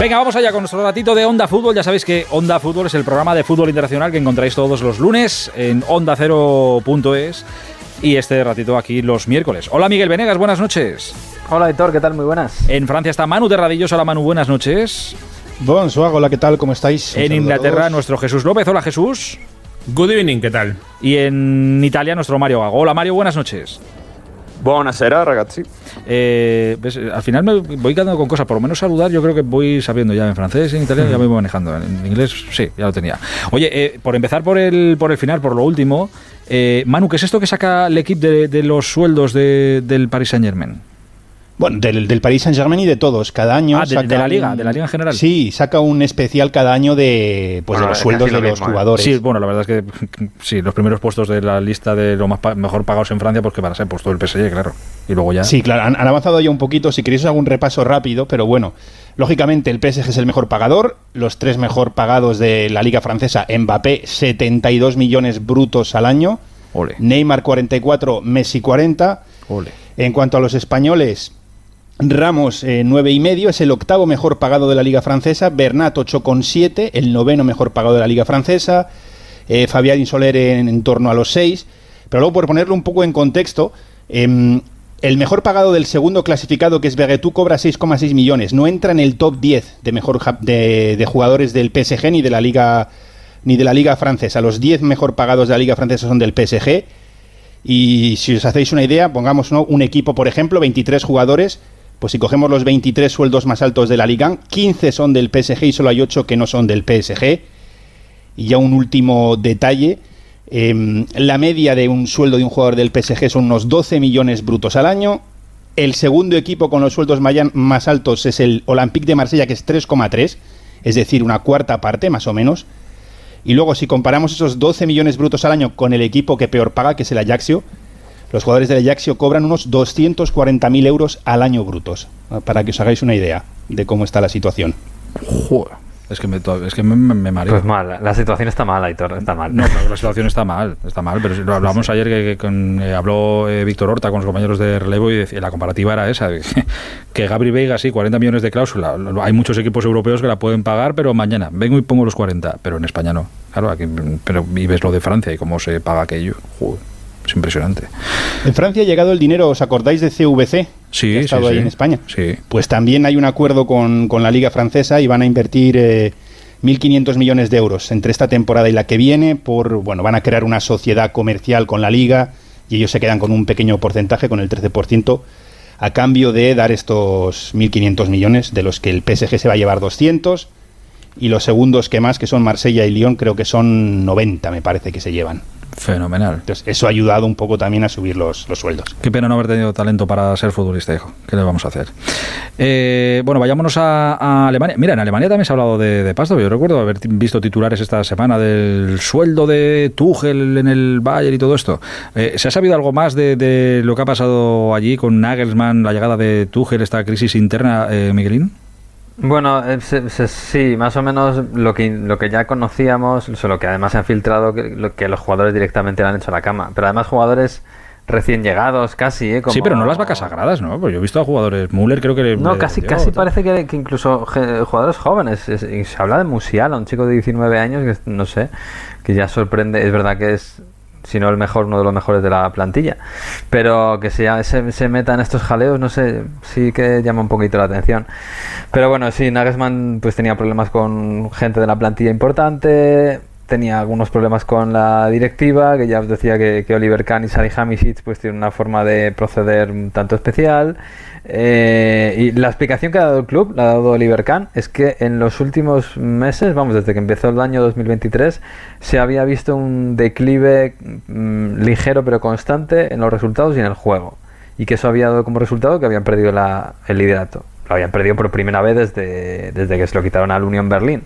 Venga, vamos allá con nuestro ratito de Onda Fútbol. Ya sabéis que Onda Fútbol es el programa de fútbol internacional que encontráis todos los lunes en ondacero.es y este ratito aquí los miércoles. Hola Miguel Venegas, buenas noches. Hola Aitor, ¿qué tal? Muy buenas. En Francia está Manu Terradillos. Hola Manu, buenas noches. Bonsoir, hola, ¿qué tal? ¿Cómo estáis? En Inglaterra nuestro Jesús López. Hola Jesús. Good evening, ¿qué tal? Y en Italia nuestro Mario Gago. Hola Mario, buenas noches. Buonasera, ragazzi. ¿Ves? Al final me voy quedando con cosas, por lo menos saludar yo creo que voy sabiendo ya en francés, en italiano ya me voy manejando, en inglés sí, ya lo tenía. Oye, por empezar por el final, por lo último, Manu, ¿qué es esto que saca el equipo de los sueldos del Paris Saint-Germain? Bueno, del Paris Saint-Germain y de todos, cada año de la liga en general. Sí, saca un especial cada año de los sueldos de los jugadores. Sí, bueno, la verdad es que sí, los primeros puestos de la lista de los mejor pagados en Francia, pues que van a ser puesto el PSG, claro. Y luego ya. Sí, claro, han avanzado ya un poquito, si queréis hago un repaso rápido, pero bueno, lógicamente el PSG es el mejor pagador, los tres mejor pagados de la liga francesa, Mbappé, 72 millones brutos al año, Ole. Neymar 44, Messi 40. Ole. En cuanto a los españoles, Ramos 9,5, es el octavo mejor pagado de la liga francesa, Bernat 8,7, el noveno mejor pagado de la liga francesa, Fabián Soler en torno a los 6, pero luego por ponerlo un poco en contexto, el mejor pagado del segundo clasificado, que es Veretout, cobra 6,6 millones, no entra en el top 10 de jugadores del PSG ni de la liga francesa. Los 10 mejor pagados de la liga francesa son del PSG, y si os hacéis una idea, pongamos un equipo, por ejemplo, 23 jugadores. Pues si cogemos los 23 sueldos más altos de la Liga, 15 son del PSG y solo hay 8 que no son del PSG. Y ya un último detalle, la media de un sueldo de un jugador del PSG son unos 12 millones brutos al año. El segundo equipo con los sueldos más altos es el Olympique de Marsella, que es 3,3, es decir, una cuarta parte más o menos. Y luego si comparamos esos 12 millones brutos al año con el equipo que peor paga, que es el Ajaccio, los jugadores del Ajaccio cobran unos 240.000 euros al año brutos, para que os hagáis una idea de cómo está la situación. Joder, es que me mareo. Pues mal, la situación está mal, Aitor, está mal. No, la situación está mal, pero lo hablamos ayer que habló Víctor Horta con los compañeros de relevo y la comparativa era esa, que Gabri Veiga, sí, 40 millones de cláusula, hay muchos equipos europeos que la pueden pagar, pero mañana vengo y pongo los 40, pero en España no. Claro, aquí, pero y ves lo de Francia y cómo se paga aquello. Joder. Es impresionante. En Francia ha llegado el dinero, ¿os acordáis de CVC? Sí, que ha estado ahí en España. Sí. Pues también hay un acuerdo con la Liga Francesa y van a invertir 1.500 millones de euros entre esta temporada y la que viene. Van a crear una sociedad comercial con la Liga y ellos se quedan con un pequeño porcentaje, con el 13%, a cambio de dar estos 1.500 millones, de los que el PSG se va a llevar 200 y los segundos que son Marsella y Lyon, creo que son 90, me parece que se llevan. Fenomenal. Entonces, eso ha ayudado un poco también a subir los sueldos. Qué pena no haber tenido talento para ser futbolista, hijo. ¿Qué le vamos a hacer? Bueno, vayámonos a Alemania. Mira, en Alemania también se ha hablado de pasta. Yo recuerdo haber visto titulares esta semana del sueldo de Tuchel en el Bayern y todo esto. ¿Se ha sabido algo más de lo que ha pasado allí con Nagelsmann, la llegada de Tuchel, esta crisis interna, Miguelín? Bueno, sí, más o menos lo que ya conocíamos, lo que además se ha filtrado, que los jugadores directamente le han hecho a la cama. Pero además jugadores recién llegados casi, Sí, pero no las vacas sagradas, ¿no? Pues yo he visto a jugadores, Müller creo que... No, casi parece que incluso jugadores jóvenes, se habla de Musiala, un chico de 19 años, que no sé, que ya sorprende, es verdad que es... si no el mejor, uno de los mejores de la plantilla, pero que se meta en estos jaleos, no sé, sí que llama un poquito la atención. Pero bueno, sí, Nagelsmann pues tenía problemas con gente de la plantilla importante, tenía algunos problemas con la directiva, que ya os decía que Oliver Kahn y Salihamidzic pues tienen una forma de proceder un tanto especial. Y la explicación que ha dado el club, la ha dado Oliver Kahn, es que en los últimos meses, desde que empezó el año 2023, se había visto un declive ligero pero constante en los resultados y en el juego, y que eso había dado como resultado que habían perdido el liderato. Lo habían perdido por primera vez desde que se lo quitaron al Union Berlin.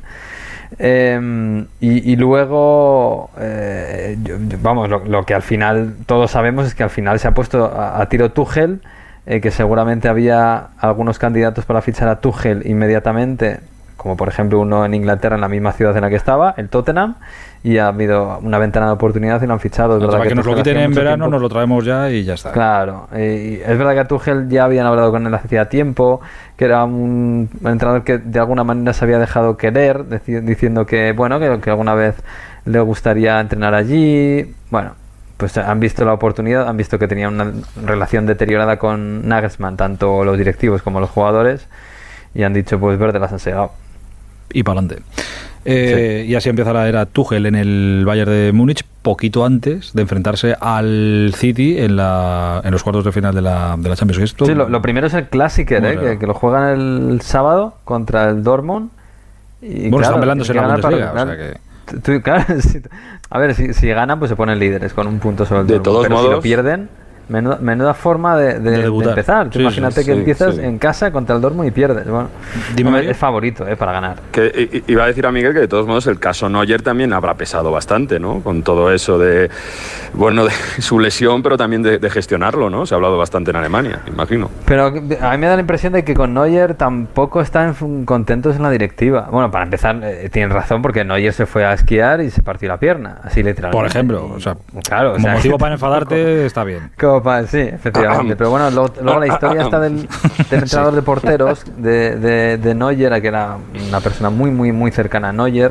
Y luego lo que al final todos sabemos es que al final se ha puesto a tiro Tuchel, que seguramente había algunos candidatos para fichar a Tuchel inmediatamente, como por ejemplo uno en Inglaterra, en la misma ciudad en la que estaba, el Tottenham, y ha habido una ventana de oportunidad y lo han fichado. Es verdad que nos lo quiten en verano, tiempo, nos lo traemos ya y ya está. Claro, y es verdad que a Tuchel ya habían hablado con él hacía tiempo, que era un entrenador que de alguna manera se había dejado querer, diciendo que bueno, que alguna vez le gustaría entrenar allí. Bueno, pues han visto la oportunidad, han visto que tenía una relación deteriorada con Nagelsmann, tanto los directivos como los jugadores, y han dicho, pues verde las han segado. Y para adelante. Y así empieza la era Tuchel en el Bayern de Múnich, poquito antes de enfrentarse al City en los cuartos de final de la Champions League. Sí, lo primero es el Clásiker, que lo juegan el sábado contra el Dortmund. Y bueno, claro, están peleándose en la Bundesliga, o sea que... Claro, a ver, si ganan, pues se ponen líderes con un punto sobre el Dortmund. De todos pero modos, si lo pierden, menuda forma de empezar. Sí, imagínate que empiezas en casa contra el Dortmund y pierdes. Bueno, es favorito para ganar. Que iba a decir a Miguel que de todos modos el caso Neuer también habrá pesado bastante, ¿no? Con todo eso de su lesión, pero también de gestionarlo, ¿no? Se ha hablado bastante en Alemania, imagino. Pero a mí me da la impresión de que con Neuer tampoco están contentos en la directiva. Bueno, para empezar, tienen razón, porque Neuer se fue a esquiar y se partió la pierna, así literalmente. Por ejemplo, claro, como motivo para enfadarte está bien. Sí, efectivamente. Pero bueno, luego la historia está del entrenador de porteros de Neuer, que era una persona muy, muy, muy cercana a Neuer.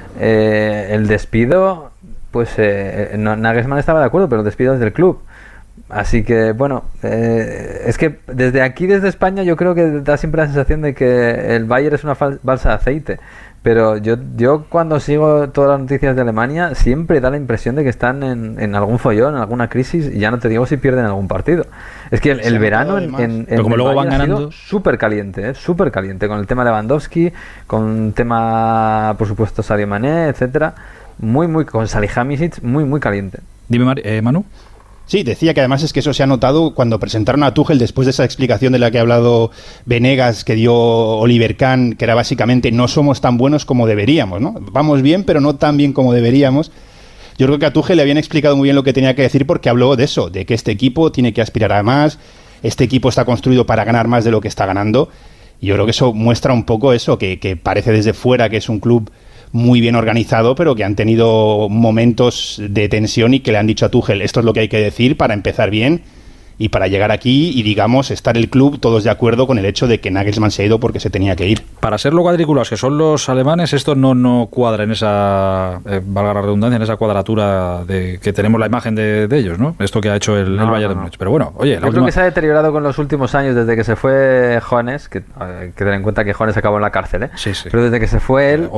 El despido, pues Nagelsmann estaba de acuerdo, pero el despido es del club. Así que, bueno, es que desde España yo creo que da siempre la sensación de que el Bayern es una balsa de aceite. Pero yo cuando sigo todas las noticias de Alemania siempre da la impresión de que están en algún follón, en alguna crisis, y ya no te digo si pierden algún partido. Es que el verano en como luego van ganando, ha sido súper caliente, con el tema Lewandowski, con el tema, por supuesto, Sadio Mané, etcétera, muy con Salihamidzic, muy caliente. Dime, Manu. Sí, decía que además es que eso se ha notado cuando presentaron a Tuchel después de esa explicación de la que ha hablado Venegas, que dio Oliver Kahn, que era básicamente no somos tan buenos como deberíamos, ¿no? Vamos bien, pero no tan bien como deberíamos. Yo creo que a Tuchel le habían explicado muy bien lo que tenía que decir, porque habló de eso, de que este equipo tiene que aspirar a más, este equipo está construido para ganar más de lo que está ganando, y yo creo que eso muestra un poco eso, que parece desde fuera que es un club muy bien organizado, pero que han tenido momentos de tensión y que le han dicho a Tuchel, esto es lo que hay que decir para empezar bien y para llegar aquí y, digamos, estar el club todos de acuerdo con el hecho de que Nagelsmann se ha ido porque se tenía que ir. Para ser lo cuadriculados que son los alemanes, esto no cuadra en esa, valga la redundancia, en esa cuadratura de que tenemos la imagen de ellos, ¿no? Esto que ha hecho el Bayern de Múnich. Pero bueno, oye, yo creo que se ha deteriorado con los últimos años, desde que se fue Jones, que hay que tener en cuenta que Jones acabó en la cárcel, ¿eh? Sí. Pero desde que se fue él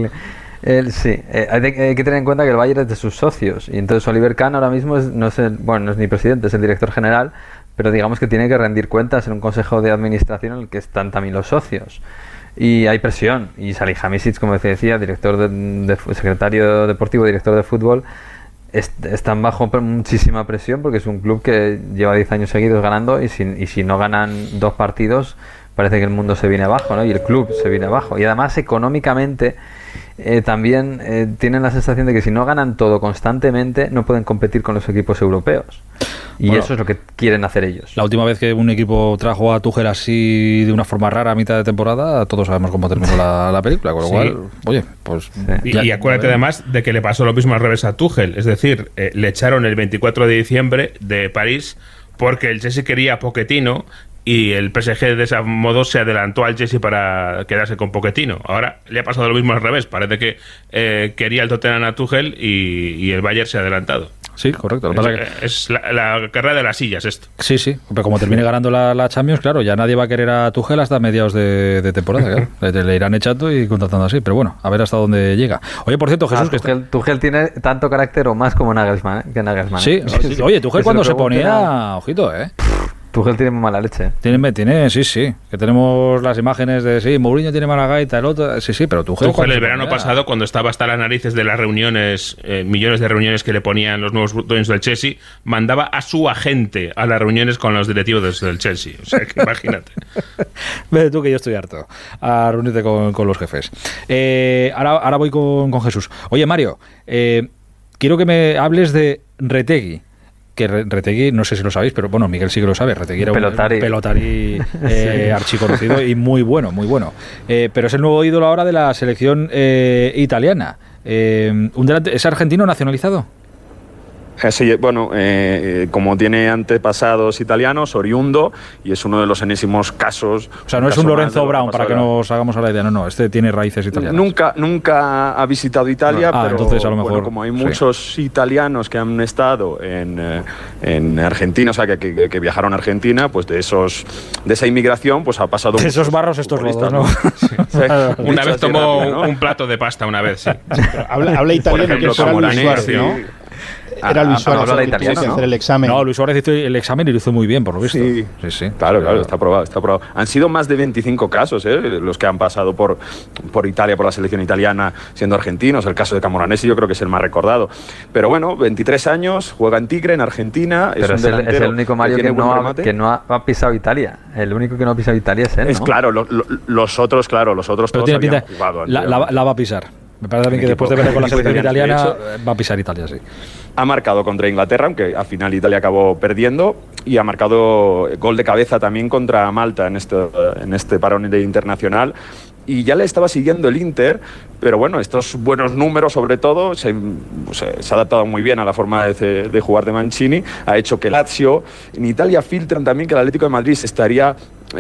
hay que tener en cuenta que el Bayern es de sus socios, y entonces Oliver Kahn ahora mismo no es ni presidente, es el director general, pero digamos que tiene que rendir cuentas en un consejo de administración en el que están también los socios, y hay presión, y Salihamidzic, como decía, director secretario deportivo, director de fútbol, están bajo muchísima presión, porque es un club que lleva 10 años seguidos ganando, y si no ganan 2 partidos parece que el mundo se viene abajo, ¿no? Y el club se viene abajo, y además económicamente también tienen la sensación de que si no ganan todo constantemente no pueden competir con los equipos europeos, y bueno, eso es lo que quieren hacer ellos. La última vez que un equipo trajo a Tuchel así de una forma rara a mitad de temporada, todos sabemos cómo terminó la película, con lo cual, oye, pues... Sí. Y acuérdate además de que le pasó lo mismo al revés a Tuchel, es decir, le echaron el 24 de diciembre de París porque el Chelsea quería a Pochettino, y el PSG de ese modo se adelantó al Chelsea para quedarse con Pochettino. Ahora le ha pasado lo mismo al revés. Parece que quería el Tottenham a Tuchel y el Bayern se ha adelantado. Sí, correcto. Es la carrera de las sillas esto. Sí, pero como termine ganando la Champions, claro, ya nadie va a querer a Tuchel hasta mediados de temporada. Claro. Le irán echando y contratando así, pero bueno, a ver hasta dónde llega. Oye, por cierto, Jesús... Tuchel tiene tanto carácter o más como Nagelsmann, que Nagelsmann. Sí. Oye, Tuchel cuando se ponía... Ojito, Tuchel tiene muy mala leche. Tiene, sí. Que tenemos las imágenes de, Mourinho tiene mala gaita, el otro... Sí, pero Tuchel el verano pasado, cuando estaba hasta las narices de las reuniones, millones de reuniones que le ponían los nuevos dueños del Chelsea, mandaba a su agente a las reuniones con los directivos del Chelsea. O sea, que imagínate. Ve tú que yo estoy harto a reunirte con los jefes. Ahora voy con Jesús. Oye, Mario, quiero que me hables de Retegui, que Retegui, no sé si lo sabéis, pero bueno, Miguel sí que lo sabe, Retegui era Pelotari. un pelotari archiconocido y muy bueno, muy bueno. Pero es el nuevo ídolo ahora de la selección italiana. ¿Es argentino nacionalizado? Sí, bueno, como tiene antepasados italianos, oriundo, y es uno de los enésimos casos. O sea, no es un Lorenzo Brown, para que nos hagamos a la idea. No, este tiene raíces italianas. Nunca ha visitado Italia, pero entonces a lo mejor, bueno, como hay muchos italianos que han estado en Argentina, o sea, que viajaron a Argentina, pues de esa inmigración, pues ha pasado. De esos barros estos lodos, ¿no? Una vez tomó un plato de pasta, una vez, sí. Habla italiano, que era Luis Suárez, ¿no? Era Luis Suárez el que tuvo que hacer el examen. No, Luis Suárez hizo el examen y lo hizo muy bien, por lo visto. Sí. Claro, está aprobado. Han sido más de 25 casos los que han pasado por Italia, por la selección italiana, siendo argentinos. El caso de Camoranesi yo creo que es el más recordado. Pero bueno, 23 años, juega en Tigre, en Argentina. Pero es el único Mario que no ha pisado Italia. El único que no ha pisado Italia es él, ¿no? Es claro, los otros todos habían jugado. La va a pisar. Me parece también que después de verlo con la selección italiana va a pisar Italia, sí. Ha marcado contra Inglaterra, aunque al final Italia acabó perdiendo, y ha marcado gol de cabeza también contra Malta en este parón internacional. Y ya le estaba siguiendo el Inter, pero bueno, estos buenos números sobre todo se ha adaptado muy bien a la forma de jugar de Mancini. Ha hecho que Lazio, en Italia filtran también que el Atlético de Madrid se estaría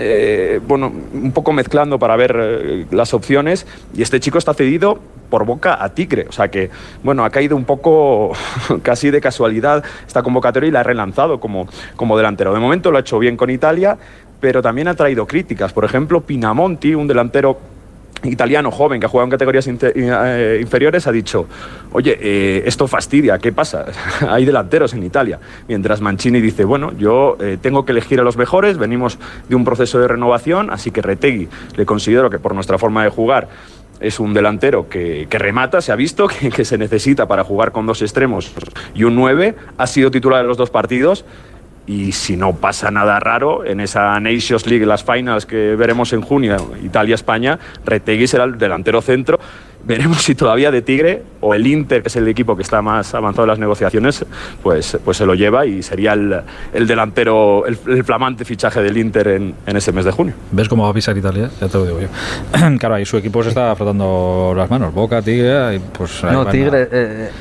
un poco mezclando para ver las opciones, y este chico está cedido por Boca a Tigre, o sea que bueno, ha caído un poco casi de casualidad esta convocatoria y la ha relanzado como delantero. De momento lo ha hecho bien con Italia, pero también ha traído críticas. Por ejemplo, Pinamonti, un delantero italiano joven que ha jugado en categorías inferiores, ha dicho: oye, esto fastidia, ¿qué pasa? Hay delanteros en Italia. Mientras Mancini dice: bueno, yo tengo que elegir a los mejores, venimos de un proceso de renovación, así que Retegui le considero que por nuestra forma de jugar es un delantero que remata, se ha visto que se necesita para jugar con dos extremos y un 9, ha sido titular en los dos partidos. Y si no pasa nada raro, en esa Nations League, las finals que veremos en junio, Italia-España, Retegui será el delantero centro. Veremos si todavía de Tigre o el Inter, que es el equipo que está más avanzado en las negociaciones, pues se lo lleva y sería el delantero, el flamante fichaje del Inter en ese mes de junio. ¿Ves cómo va a pisar Italia? Ya te lo digo yo. Claro, ahí su equipo se está frotando las manos. Boca, Tigre, y pues... No, Tigre,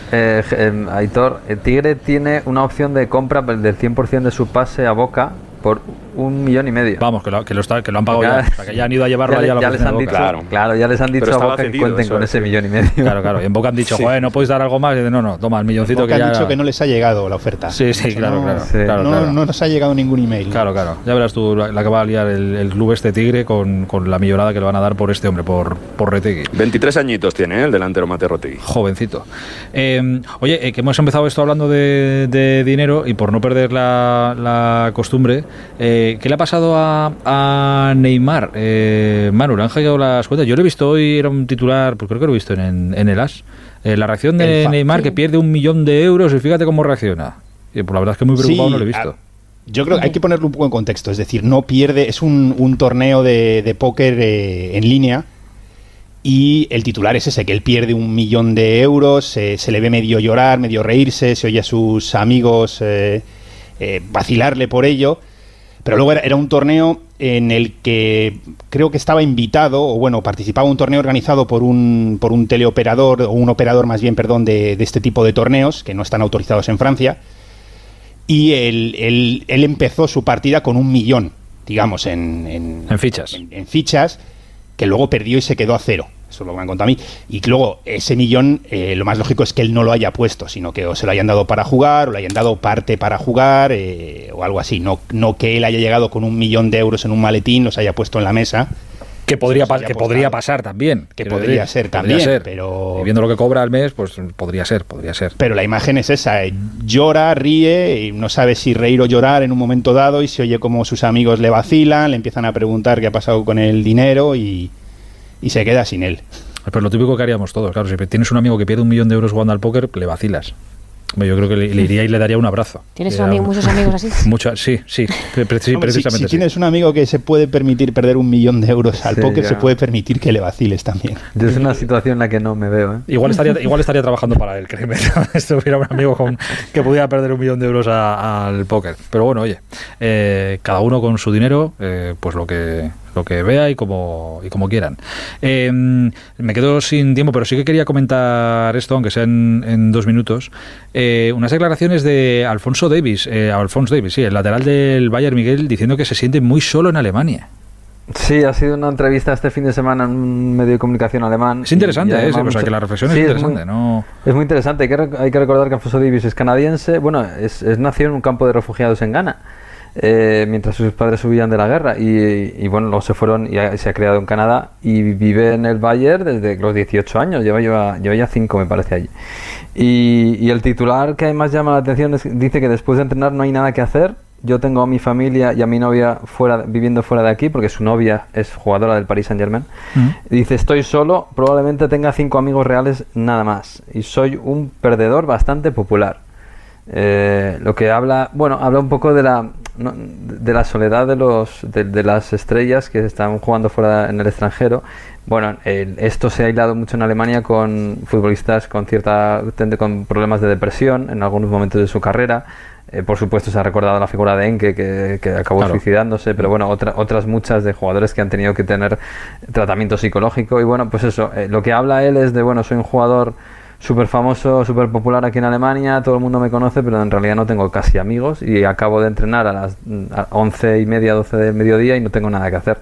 Aitor, Tigre tiene una opción de compra del 100% de su pase a Boca por 1,5 millones. Vamos, que lo han pagado ya. O sea, que ya han ido a llevarlo allá a la oficina de Boca. Claro, ya les han dicho a Boca que cuenten con ese 1,5 millones. Claro. Y en Boca han dicho, joder, ¿no podéis dar algo más? Y dicen, no, toma el milloncito Boca que ya... han dicho que no les ha llegado la oferta. Sí, claro. No nos ha llegado ningún email. Claro. Ya verás tú la que va a liar el club este Tigre con la millonada que le van a dar por este hombre, por Retegui. 23 añitos tiene el delantero Matteo Retegui. Jovencito. Oye, que hemos empezado esto hablando de dinero, y por no perder la costumbre, ¿qué le ha pasado a Neymar? Manu, le han hackeado las cuentas. Yo lo he visto hoy, era un titular, pues creo que lo he visto en el AS. La reacción de Neymar, que pierde 1 millón de euros, y fíjate cómo reacciona. Y pues la verdad es que muy preocupado, no lo he visto. Yo creo que hay que ponerlo un poco en contexto. Es decir, no pierde, es un torneo de póker en línea, y el titular es ese, que él pierde 1 millón de euros, se le ve medio llorar, medio reírse, se oye a sus amigos vacilarle por ello. Pero luego era un torneo en el que creo que estaba invitado, o bueno, participaba un torneo organizado por un teleoperador, o un operador más bien, perdón, de este tipo de torneos, que no están autorizados en Francia, y él empezó su partida con 1 millón, digamos, en fichas. En fichas, que luego perdió y se quedó a 0. Eso lo me han contado a mí. Y luego ese millón, lo más lógico es que él no lo haya puesto, sino que o se lo hayan dado para jugar, o le hayan dado parte para jugar, o algo así. No que él haya llegado con 1 millón de euros en un maletín, los haya puesto en la mesa. Que podría pasar también. Que podría ser también, pero... Y viendo lo que cobra al mes, pues podría ser. Pero la imagen es esa, llora, ríe, y no sabe si reír o llorar en un momento dado, y se oye como sus amigos le vacilan, le empiezan a preguntar qué ha pasado con el dinero, y se queda sin él. Pero lo típico que haríamos todos, claro, si tienes un amigo que pierde 1 millón de euros jugando al póker, le vacilas. Yo creo que le iría y le daría un abrazo. ¿Tienes muchos amigos así? Sí, Hombre, precisamente. si tienes un amigo que se puede permitir perder 1 millón de euros al póker, se puede permitir que le vaciles también. Yo es una situación en la que no me veo, ¿eh? Igual estaría trabajando para él, créeme. Si tuviera un amigo que pudiera perder 1 millón de euros al póker. Pero bueno, oye, cada uno con su dinero, pues lo que vea y como quieran. Me quedo sin tiempo, pero sí que quería comentar esto, aunque sea en 2 minutos. Unas declaraciones de Alphonso Davies, el lateral del Bayern, Miguel, diciendo que se siente muy solo en Alemania. Sí, ha sido una entrevista este fin de semana en un medio de comunicación alemán. Es interesante, o sea, que la reflexión es interesante, ¿no? Es muy interesante. Hay que recordar que Alphonso Davies es canadiense. Bueno, nació en un campo de refugiados en Ghana. Mientras sus padres huían de la guerra y bueno, luego se fueron y se ha criado en Canadá y vive en el Bayern desde los 18 años, lleva ya 5 me parece allí, y el titular que más llama la atención dice que después de entrenar no hay nada que hacer. Yo tengo a mi familia y a mi novia viviendo fuera de aquí, porque su novia es jugadora del Paris Saint-Germain. Dice, estoy solo, probablemente tenga 5 amigos reales nada más, y soy un perdedor bastante popular. Lo que habla un poco de la soledad de las estrellas que están jugando fuera en el extranjero. Bueno, esto se ha aislado mucho en Alemania con futbolistas con problemas de depresión en algunos momentos de su carrera. Por supuesto se ha recordado la figura de Enke que acabó suicidándose, pero bueno, otras muchas de jugadores que han tenido que tener tratamiento psicológico. Y bueno, pues eso, lo que habla él es de, bueno, soy un jugador súper famoso, súper popular aquí en Alemania, todo el mundo me conoce, pero en realidad no tengo casi amigos y acabo de entrenar a las 11:30, 12 del mediodía y no tengo nada que hacer.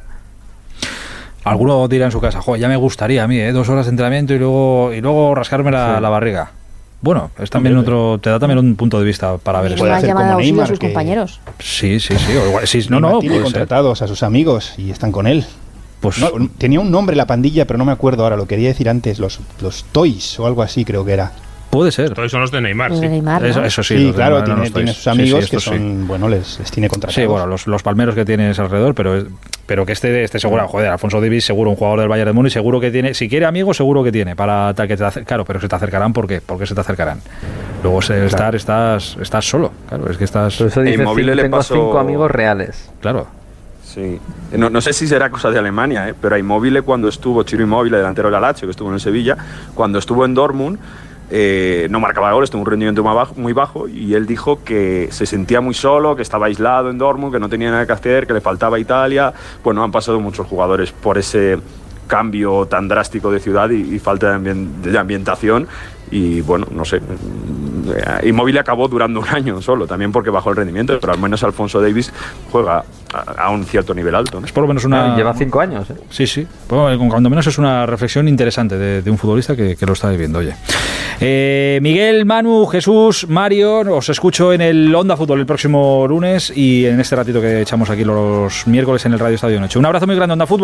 Alguno dirá en su casa, ya me gustaría a mí, 2 horas de entrenamiento y luego rascarme la barriga. Bueno, es también te da también un punto de vista para ver eso. Puede hacer como Neymar, a sus compañeros. Sí. O igual, tiene contratados a sus amigos y están con él. Pues tenía un nombre la pandilla, pero no me acuerdo ahora, lo quería decir antes, los Toys o algo así creo que era. Puede ser. Todos son los de Neymar, los sí. de Neymar, ¿no? Eso sí, claro, tiene sus amigos que son, les tiene contratados. Sí, bueno, los palmeros que tienes alrededor, pero que este seguro, Alphonso Davies, seguro un jugador del Bayern de Múnich, seguro que tiene, si quiere amigos, seguro que tiene, claro, pero se te acercarán, ¿por qué? ¿Por qué se te acercarán? Luego estás solo, claro, es que estás... Por eso dice, tengo 5 amigos reales. Claro. Sí. No sé si será cosa de Alemania, pero a Immobile cuando estuvo, Ciro Immobile, delantero del Lazio, que estuvo en el Sevilla, cuando estuvo en Dortmund, no marcaba goles, tuvo un rendimiento muy bajo y él dijo que se sentía muy solo, que estaba aislado en Dortmund, que no tenía nada que hacer, que le faltaba Italia. Bueno, han pasado muchos jugadores por ese cambio tan drástico de ciudad y falta de ambientación y bueno, no sé, Immobile acabó durando 1 año solo, también porque bajó el rendimiento, pero al menos Alphonso Davies juega a un cierto nivel alto, ¿no? Es por lo menos lleva 5 años, ¿eh? Sí, bueno, cuando menos es una reflexión interesante de un futbolista que lo está viviendo. Oye, Miguel, Manu, Jesús, Mario, os escucho en el Onda Fútbol el próximo lunes y en este ratito que echamos aquí los miércoles en el Radio Estadio Noche. Un abrazo muy grande, Onda Fútbol.